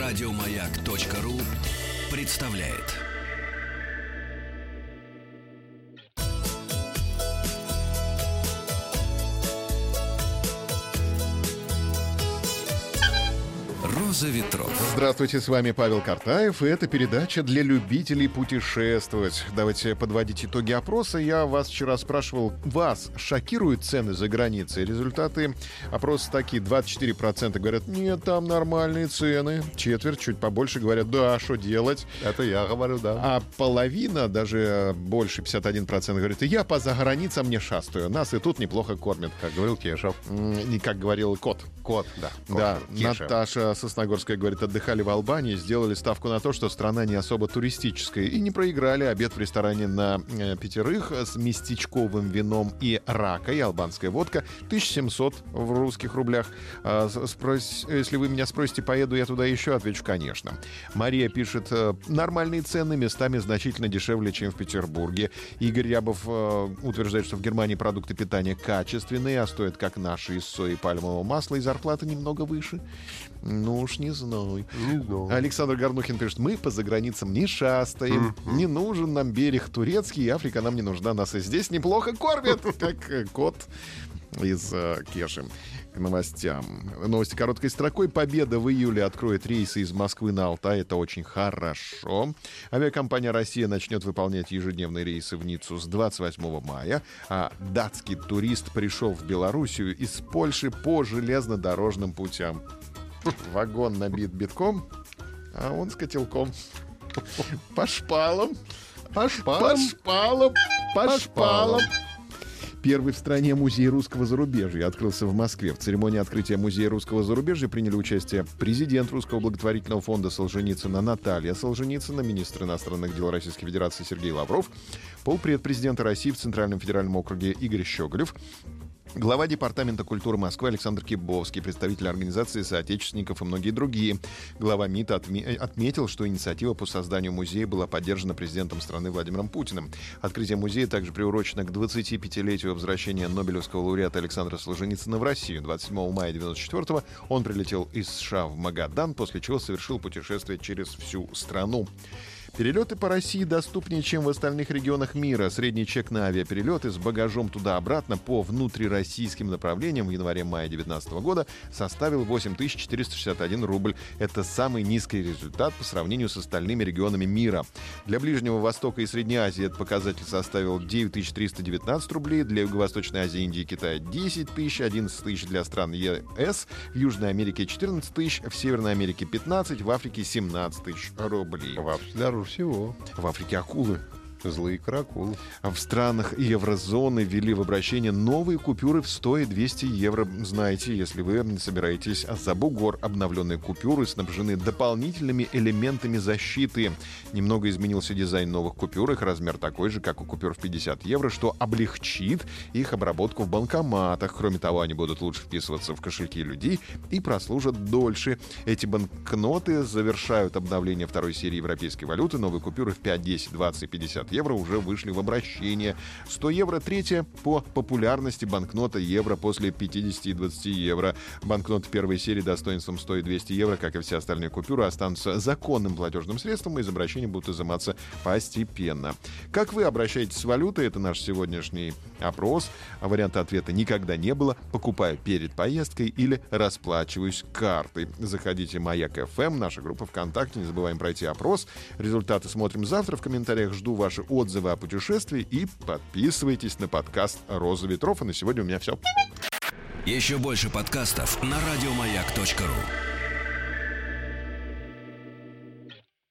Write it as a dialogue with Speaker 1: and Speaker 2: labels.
Speaker 1: Радиомаяк.ру представляет. «Роза ветров».
Speaker 2: Здравствуйте, с вами Павел Картаев, и это передача для любителей путешествовать. Давайте подводить итоги опроса. Я вас вчера спрашивал, вас шокируют цены за границей? Результаты опроса такие: 24% говорят, нет, там нормальные цены. Четверть, чуть побольше, говорят, да, что делать?
Speaker 3: Это я говорю, да.
Speaker 2: А половина, даже больше, 51% говорит, я по заграницам не шастаю. Нас и тут неплохо кормят.
Speaker 3: Как говорил Кешев.
Speaker 2: Не как говорил Кот.
Speaker 3: Кот, да.
Speaker 2: Да,
Speaker 3: Кешев.
Speaker 2: Наташа Сосногорская говорит, отдыхали в Албании, сделали ставку на то, что страна не особо туристическая, и не проиграли. Обед в ресторане на пятерых с местечковым вином и ракой, албанская водка, 1700 в русских рублях. Если вы меня спросите, поеду я туда еще, отвечу, конечно. Мария пишет, нормальные цены, местами значительно дешевле, чем в Петербурге. Игорь Рябов утверждает, что в Германии продукты питания качественные, а стоят как наши из сои и пальмового масла, и зарплата немного выше. Ну уж не знаю. Александр Горнухин пишет, мы по заграницам не шастаем, не нужен нам берег турецкий, и Африка нам не нужна, нас и здесь неплохо кормят, как кот из Кеши. К новостям. Новости короткой строкой. Победа в июле откроет рейсы из Москвы на Алтай. Это очень хорошо. Авиакомпания «Россия» начнет выполнять ежедневные рейсы в Ниццу с 28 мая. А датский турист пришел в Белоруссию из Польши по железнодорожным путям. Вагон набит битком, а он с котелком. По шпалам. По шпалам. Первый в стране музей русского зарубежья открылся в Москве. В церемонии открытия музея русского зарубежья приняли участие президент Русского благотворительного фонда Солженицына Наталья Солженицына, министр иностранных дел Российской Федерации Сергей Лавров, полпред президента России в Центральном федеральном округе Игорь Щеголев, глава Департамента культуры Москвы Александр Кибовский, представитель организации соотечественников и многие другие. Глава МИД отметил, что инициатива по созданию музея была поддержана президентом страны Владимиром Путиным. Открытие музея также приурочено к 25-летию возвращения Нобелевского лауреата Александра Солженицына в Россию. 27 мая 1994-го он прилетел из США в Магадан, после чего совершил путешествие через всю страну. Перелеты по России доступнее, чем в остальных регионах мира. Средний чек на авиаперелеты с багажом туда-обратно по внутрироссийским направлениям в январе-мае 2019 года составил 8461 рубль. Это самый низкий результат по сравнению с остальными регионами мира. Для Ближнего Востока и Средней Азии этот показатель составил 9319 рублей, для Юго-Восточной Азии, Индии и Китая 10 тысяч, 11 тысяч для стран ЕС, в Южной Америке 14 тысяч, в Северной Америке 15, в Африке 17 тысяч рублей.
Speaker 3: Всего.
Speaker 2: В Африке акулы.
Speaker 3: Злые каракулы.
Speaker 2: В странах еврозоны ввели в обращение новые купюры в 100 и 200 евро. Знаете, если вы собираетесь за бугор, обновленные купюры снабжены дополнительными элементами защиты. Немного изменился дизайн новых купюр. Их размер такой же, как у купюр в 50 евро, что облегчит их обработку в банкоматах. Кроме того, они будут лучше вписываться в кошельки людей и прослужат дольше. Эти банкноты завершают обновление второй серии европейской валюты. Новые купюры в 5, 10, 20 и 50 евро уже вышли в обращение. 100 евро третья по популярности банкнота евро после 50 и 20 евро. Банкноты первой серии достоинством 100 и 200 евро, как и все остальные купюры, останутся законным платежным средством, и из обращения будут изыматься постепенно. Как вы обращаетесь с валютой? Это наш сегодняшний опрос. Варианта ответа никогда не было. Покупаю перед поездкой или расплачиваюсь картой. Заходите в Маяк ФМ, наша группа ВКонтакте. Не забываем пройти опрос. Результаты смотрим завтра. В комментариях жду ваши отзывы о путешествии и подписывайтесь на подкаст «Роза ветров». И на сегодня у меня все.
Speaker 1: Еще больше подкастов на радиомаяк.ру.